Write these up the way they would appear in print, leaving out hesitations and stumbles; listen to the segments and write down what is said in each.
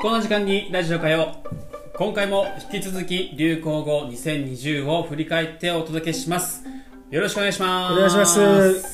この時間にラジオかよ。今回も引き続き流行語2020を振り返ってお届けします。よろしくお願いします。 お願いします。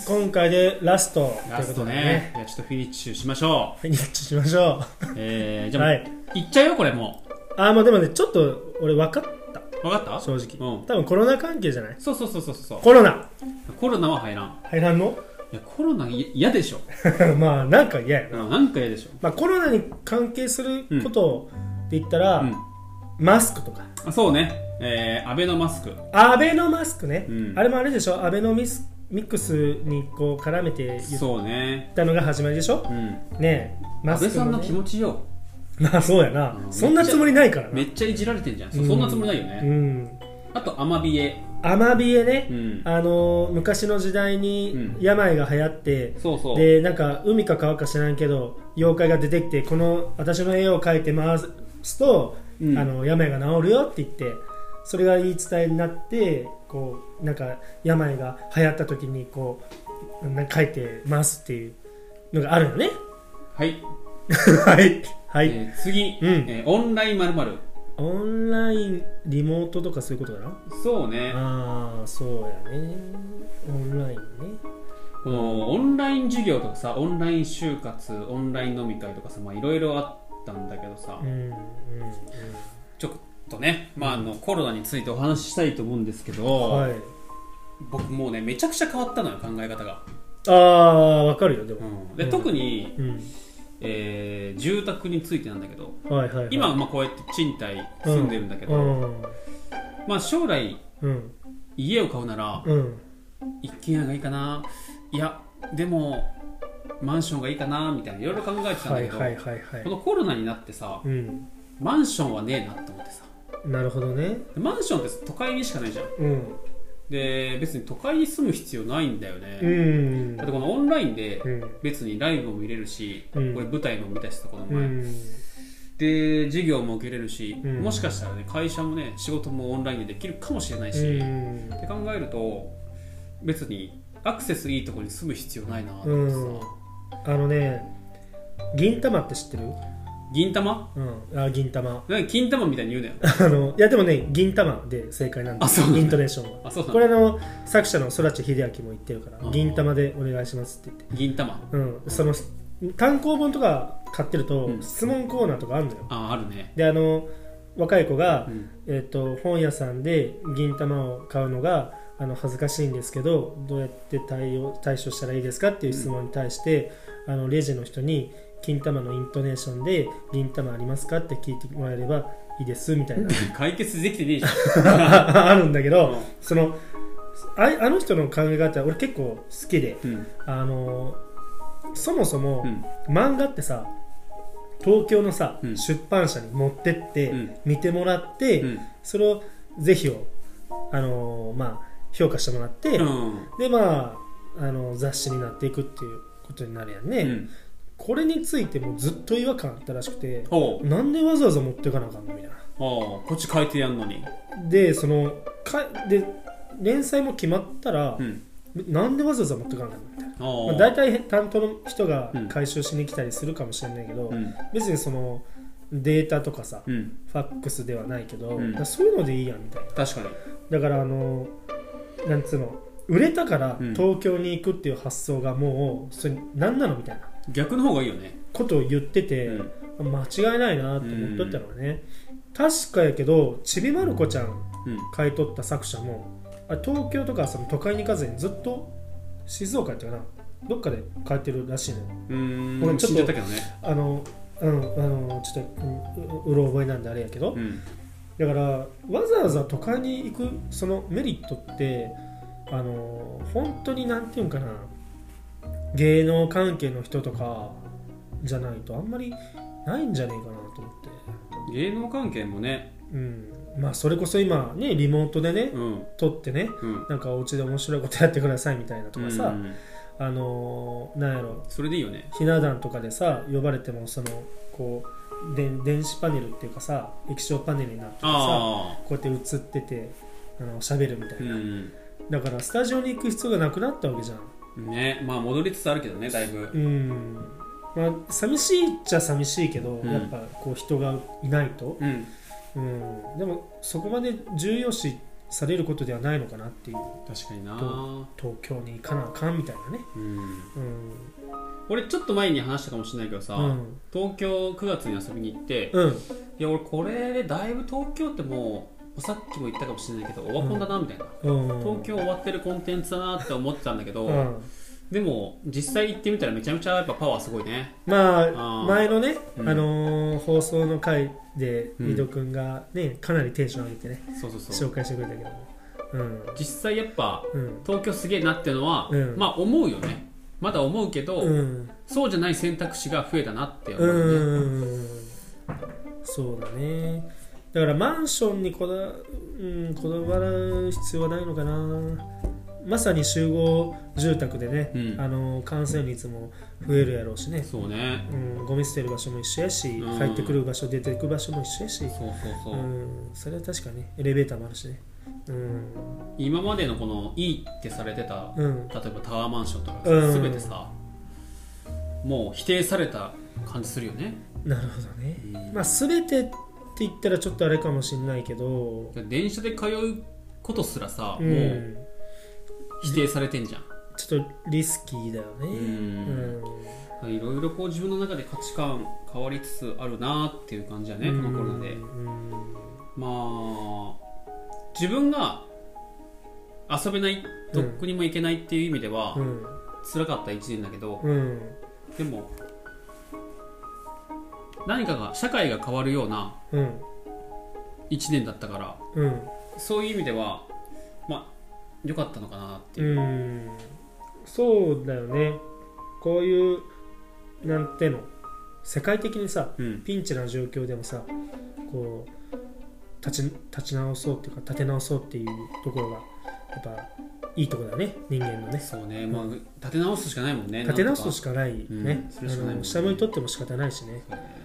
今回でラストラストね。じゃあちょっとフィニッシュしましょう。フィニッシュしましょう。 じゃあ、はい、いっちゃうよこれもう。 まあでもね、ちょっと俺分かった。 分かった？ 正直。多分コロナ関係じゃない？ そう。 コロナは入らん。 入らんの？ いやコロナ嫌でしょ。 まあなんか嫌やな。 なんか嫌でしょ。 まあコロナに関係することで言ったら、マスクとか。 そうね。アベノマスク。 アベノマスクね。あれもあれでしょ。アベノミックスにこう絡めて言ったのが始まりでしょ。ねえ、 マスク。安倍さんの気持ちよ。 まあそうやな。そんなつもりないからな。 めっちゃいじられてんじゃん。そんなつもりないよね。あとアマビエ。 アマビエね、昔の時代に病が流行って、でなんか海か川か知らんけど妖怪が出てきて、この私の絵を描いて回すと、病が治るよって言って、それが言い伝えになって、こうなんか病が流行った時にこう描いて回すっていうのがあるよね。はいはい次、オンライン〇〇。 オンラインリモートとかそういうことかな。 そうね。 ああそうやね。オンラインね。 このオンライン授業とかさ、オンライン就活、オンライン飲み会とかさ、まあいろいろあったんだけどさ、ちょっとね、まあコロナについてお話ししたいと思うんですけど、僕もうねめちゃくちゃ変わったのよ、考え方が。 ああわかるよ。でも、 で特に、住宅についてなんだけど、今はまあこうやって賃貸住んでるんだけど、まあ将来、家を買うなら、一軒家がいいかな、いやでもマンションがいいかなみたいないろいろ考えてたんだけど、このコロナになってさ、マンションはねえなって思ってさ。 なるほどね。 マンションって都会にしかないじゃん。で別に都会に住む必要ないんだよね。だってこのオンラインで別にライブも見れるし、これ舞台も見たしさ、この前で授業も受けれるし、もしかしたらね会社もね仕事もオンラインでできるかもしれないし、って考えると別にアクセスいいところに住む必要ないなと思ってさ。 銀玉って知ってる？ 銀玉？ 銀玉。 金玉みたいに言うなよ。いやでもね、銀玉で正解なんです。イントネーションは。これ作者の空知秀明も言ってるから、銀玉でお願いしますって言って。 銀玉。 その単行本とか買ってると質問コーナーとかあるのよ。 あるね。 で若い子が本屋さんで銀玉を買うのが恥ずかしいんですけど、どうやって対処したらいいですかっていう質問に対して、レジの人に金玉のイントネーションで銀玉ありますかって聞いてもらえればいいですみたいな解決できてねえじゃんあるんだけど、あの人の考え方俺結構好きで、そもそも、漫画ってさ東京のさ、出版社に持ってって、見てもらって、それを是非を評価してもらって、で雑誌になっていくっていうことになるやんね。これについてもずっと違和感あったらしくて、なんでわざわざ持っていかなあかんのみたいな。 こっち書いてやんのに。 で連載も決まったら、なんでわざわざ持っていかなあかんのみたいな。だいたい担当の人が回収しに来たりするかもしれないけど、別にそのデータとかさ、ファックスではないけど、そういうのでいいやんみたいな。 確かに。 だからなんつうの、売れたから東京に行くっていう発想がもうそれ何なのみたいな逆の方がいいよねことを言ってて、間違いないなと思っとったのはね。確かやけどちびまる子ちゃん買い取った作者も、東京とかその都会に行かずにずっと静岡やったかな、どっかで書いてるらしいの。 俺ちょっとちょっとうろ覚えなんであれやけど、だからわざわざ都会に行くそのメリットって本当になんていうんかな、芸能関係の人とかじゃないとあんまりないんじゃねえかなと思って。 芸能関係もね、 まあそれこそ今ねリモートでね、撮ってね、なんかお家で面白いことやってくださいみたいなとかさ、なんやろ、 それでいいよね。 ひな壇とかでさ呼ばれてもこう電子パネルっていうかさ、液晶パネルになってさ、こうやって映ってて喋るみたいな、だからスタジオに行く必要がなくなったわけじゃんね。まあ戻りつつあるけどね、だいぶ。 まあ、寂しいっちゃ寂しいけど、やっぱこう人がいないと、でもそこまで重要視されることではないのかなっていう。 確かにな。 東京に行かなあかんみたいなね。 俺ちょっと前に話したかもしれないけどさ、東京9月に遊びに行って、いや俺これだいぶ東京ってもうさっきも言ったかもしれないけどオワコンだなみたいな、東京終わってるコンテンツだなって思ってたんだけど、でも実際行ってみたらめちゃめちゃやっぱパワーすごいね。 まあ前のね、放送の回で井戸くんがねかなりテンション上げてね、紹介してくれたけども、 実際やっぱ、東京すげえなっていうのは、まあ思うよね。まだ思うけど、そうじゃない選択肢が増えたなって思うね。 そうだね。だからマンションにこだわる必要はないのかな。まさに集合住宅でね、感染率も増えるやろうしね。 そうね、 ゴミ捨てる場所も一緒やし、入ってくる場所出てくる場所も一緒やし、それは確かね、エレベーターもあるしね。 今までのこのいいってされてた、例えばタワーマンションとか全てさ、もう否定された感じするよね。 なるほどね。まあ全てって言ったらちょっとあれかもしれないけど、 電車で通うことすらさ、もう否定されてんじゃん。 ちょっとリスキーだよね。 いろいろこう自分の中で価値観変わりつつあるなっていう感じだね、このコロナで。まあ自分が遊べない、どこにも行けないっていう意味では、辛かった1年だけど、でも何かが社会が変わるような1年だったから、そういう意味ではまあ良かったのかなっていう。 そうだよね。こういうなんての世界的にさ、ピンチな状況でもさ、こう立ち直そうっていうか立て直そうっていうところがやっぱいいところだね、人間のね。 そうね、まあ立て直すしかないもんね。 立て直すしかないね。下向いとっても仕方ないしね。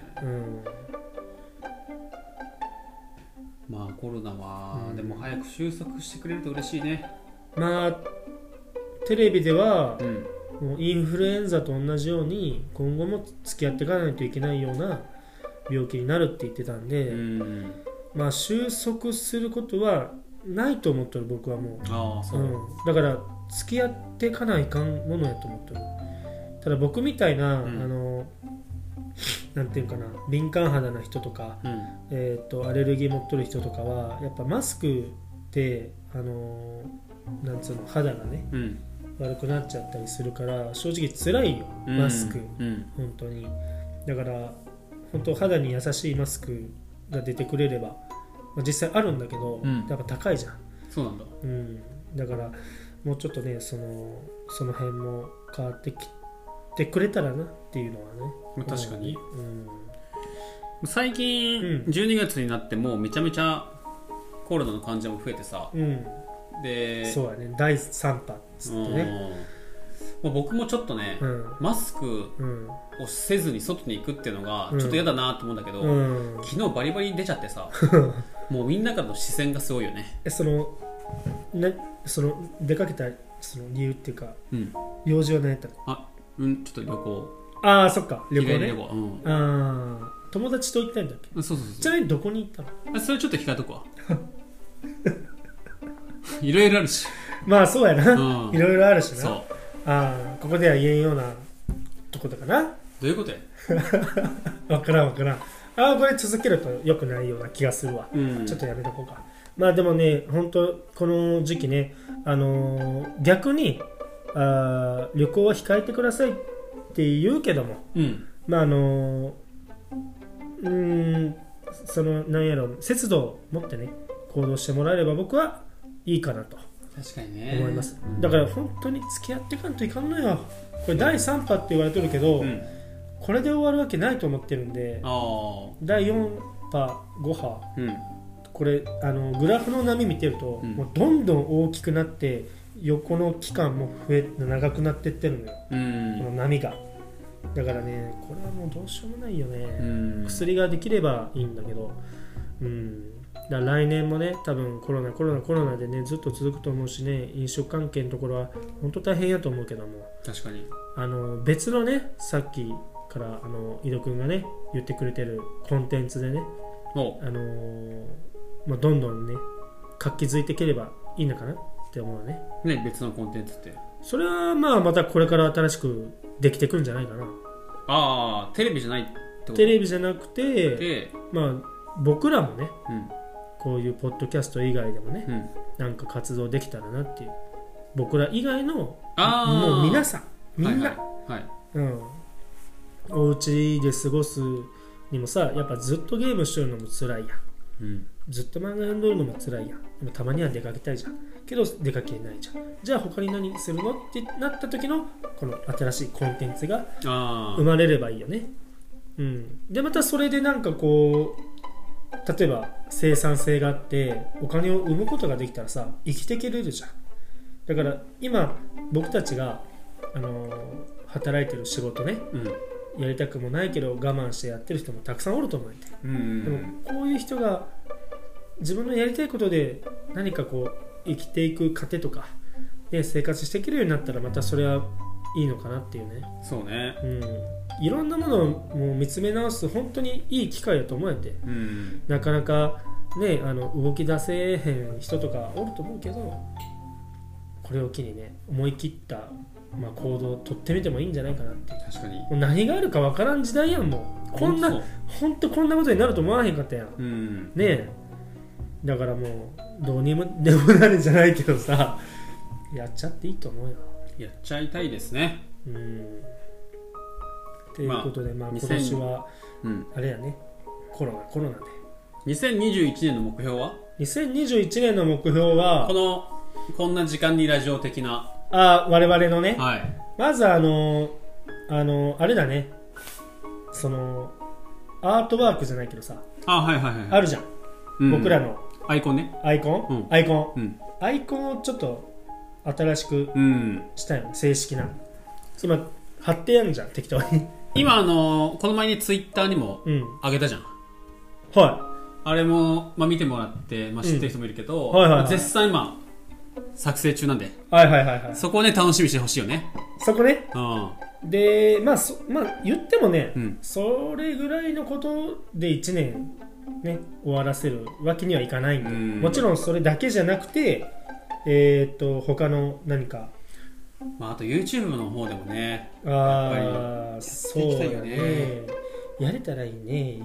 まあコロナは、でも早く収束してくれると嬉しいね。 まあテレビでは、もうインフルエンザと同じように今後も付き合っていかないといけないような病気になるって言ってたんで、まあ収束することはないと思ってる、僕はもう。だから付き合っていかないかんものやと思ってる。ただ僕みたいな、なんていうかな、敏感肌な人とか、アレルギー持っとる人とかはやっぱマスクでなんつうの、肌がね、悪くなっちゃったりするから正直辛いよ、マスク、本当に。だから本当肌に優しいマスクが出てくれれば、まあ、実際あるんだけど、やっぱ高いじゃん。 そうなんだ。 だからもうちょっとね、その辺も変わってきてくれたらなっていうのはね。 確かに、最近、12月になってもうめちゃめちゃコロナの患者も増えてさ、でそうやね、第3波っつってね。 僕もちょっとね、マスクをせずに外に行くっていうのがちょっと嫌だなと思うんだけど、昨日バリバリ出ちゃってさもうみんなからの視線がすごいよね。 その出かけたその理由っていうか、用事は何やったの？ ちょっと旅行。 そっか、旅行ね。友達と行ったんだっけ？ そう。 ちなみにどこに行ったの？ それちょっと控えとくわいろいろあるし。 まあそうやな、いろいろあるしな。 そう、 ここでは言えんようなとこだかな。 どういうことや分からんこれ続けると良くないような気がするわ、ちょっとやめとこうか。まあでもね、本当この時期ね、逆に旅行は控えてくださいって言うけども、まあなんやろ、節度を持ってね行動してもらえれば僕はいいかなと思います。だから本当に付き合っていかんといかんのよ。これ第3波って言われてるけど、これで終わるわけないと思ってるんで、第4波5波、これグラフの波見てると、もうどんどん大きくなって横の期間も長くなっていってるのよ、この波が。だからね、これはもうどうしようもないよね。薬ができればいいんだけど、だから来年もね、多分コロナでねずっと続くと思うしね、飲食関係のところは本当大変やと思うけども、 確かに別のね、さっきから井戸くんがね言ってくれてるコンテンツでね、まあ、どんどんね活気づいていければいいのかなって思うね。 別のコンテンツってそれはまあまたこれから新しくできてくんじゃないかな。 ああ、テレビじゃないってこと？ テレビじゃなくて、まあ僕らもね、こういうポッドキャスト以外でもね、なんか活動できたらなっていう。僕ら以外のもう皆さんみんな、お家で過ごすにもさ、やっぱずっとゲームしてるのも辛いやん、ずっと漫画読んでるのも辛いやん。でもたまには出かけたいじゃんけど出かけないじゃん。じゃあ他に何するのってなった時のこの新しいコンテンツが生まれればいいよね。でまたそれでなんかこう例えば生産性があってお金を生むことができたらさ生きていけれるじゃん。だから今僕たちが、働いてる仕事ね、やりたくもないけど我慢してやってる人もたくさんおると思うんで、でもこういう人が自分のやりたいことで何かこう生きていく糧とか、ね、生活していけるようになったらまたそれはいいのかなっていうね。 そうね、 いろんなものをもう見つめ直す本当にいい機会だと思えて、なかなかね動き出せへん人とかおると思うけど、これを機にね思い切った、行動を取ってみてもいいんじゃないかなって。 確かにもう何があるか分からん時代やん。もうこんな本当こんなことになると思わへんかったやん、ねえ。だからもうどうにもでもなるんじゃないけどさ、やっちゃっていいと思うよ。 やっちゃいたいですね。 ということで、今年は、あれやね、コロナで。 2021年の目標は ？2021年の目標はこんな時間にラジオ的な我々のね、まずあれだね、そのアートワークじゃないけどさ、あるじゃん、僕らのアイコンね。 アイコンをちょっと新しくしたよ、正式な。今貼ってやんじゃん適当に。 今この前にツイッターにも上げたじゃん、あれも、見てもらって、知ってる人もいるけど、絶賛今作成中なんで、そこをね楽しみにしてほしいよね。 そこね、で言ってもね、それぐらいのことで1年ね終わらせるわけにはいかないんで、もちろんそれだけじゃなくて他の何か、 あと YouTube の方でもね、 そうだね、やれたらいいね。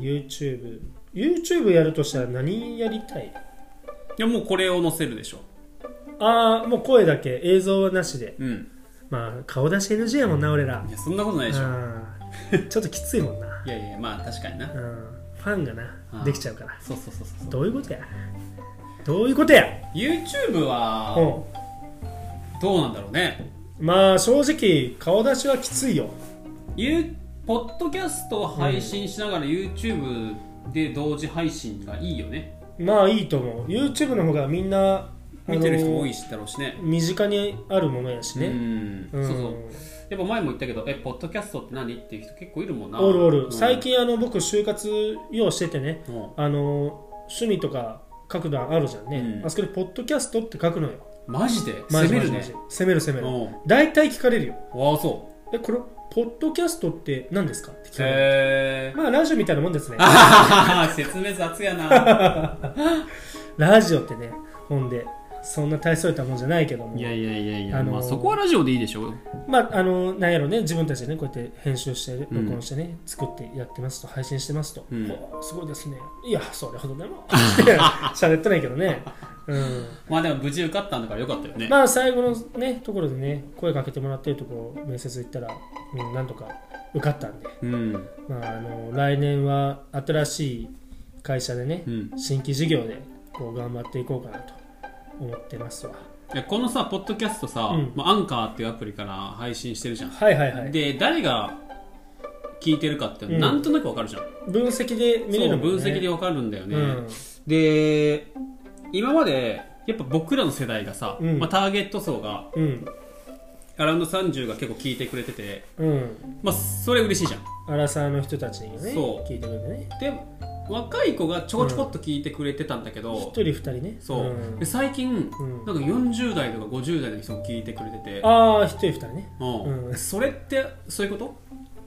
YouTube やるとしたら何やりたい？ いやもうこれを載せるでしょ。 もう声だけ、映像はなしで、顔出し NG やもんな、俺ら。 いやそんなことないでしょ。 ちょっときついもんな。 いや確かにな、 ファンがなできちゃうから。 そうどういうことや YouTube はどうなんだろうね。 正直顔出しはきついよ。 ポッドキャストを配信しながら YouTube で同時配信がいいよね。 いいと思う。 YouTube の方がみんな見てる人も多いしだろうしね、 身近にあるものやしね。 そうやっぱ前も言ったけどポッドキャストって何っていう人結構いるもんな。 おる、最近僕就活用しててね、趣味とか書くのあるじゃんね、あそこでポッドキャストって書くのよ。 マジで攻めるね。 攻める大体聞かれるよ。 そうこれポッドキャストって何ですかって聞かれる。ラジオみたいなもんですね。 説明雑やな。 ラジオってね、ほんでそんな大それたもんじゃないけども、 いやそこはラジオでいいでしょう。 なんやろね、自分たちでねこうやって編集して録音してね、作ってやってますと、配信してますと、すごいですね。いやそれほどでも喋ってないけどね。でも無事受かったんだからよかったよね。 最後のねところでね声かけてもらってるところ面接行ったら、なんとか受かったんで、来年は新しい会社でね、新規事業でこう頑張っていこうかなと思ってますわ。 このさポッドキャストさ、アンカーっていうアプリから配信してるじゃん。で誰が聞いてるかってなんとなく分かるじゃん。 分析で見れるもんね。 分析で分かるんだよね。で今までやっぱ僕らの世代がさ、ターゲット層が、アラウンド30が結構聞いてくれてて、それ嬉しいじゃん。 アラサーの人たちにね聞いてくれてね。 で若い子がちょこちょこっと聞いてくれてたんだけど、 1人2人ね。 で最近、なんか40代とか50代の人も聞いてくれてて、 1人2人ね。 それってそういうこと？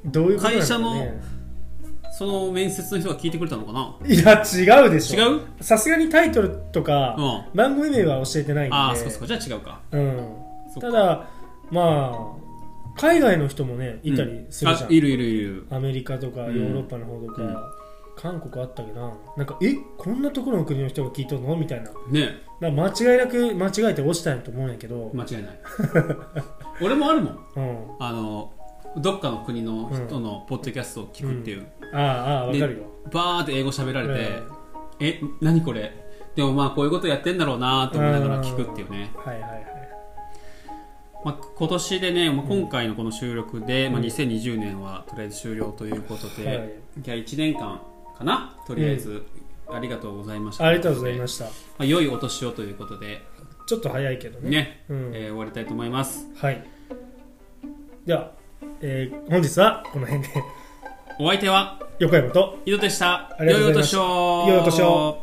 どういうことなんだろうね。 会社のその面接の人が聞いてくれたのかな。 いや違うでしょ。 違う。 さすがにタイトルとか、番組名は教えてないんで。 ああ、そうか、じゃあ違うか。 ただまあ海外の人もねいたりするじゃん。 いる。 アメリカとかヨーロッパの方とか、韓国あったっけな。なんかこんなところの国の人が聞いとんのみたいな。 ね。 だ間違いなく間違えて押したんやと思うんやけど。 間違いない。俺もあるもん。どっかの国の人のポッドキャストを聞くっていう。 わかるよ。 バーって英語喋られて、何これ。でもまあこういうことやってんだろうなと思いながら聞くっていうね。今年でね、今回のこの収録で、2020年はとりあえず終了ということで、じゃあ1年間かな、とりあえず、ありがとうございました。 ありがとうございました。 良いお年をということで、 ちょっと早いけどね。 終わりたいと思います。 はい。では、本日はこの辺で。 お相手は横山と井戸でした。 良いお年を。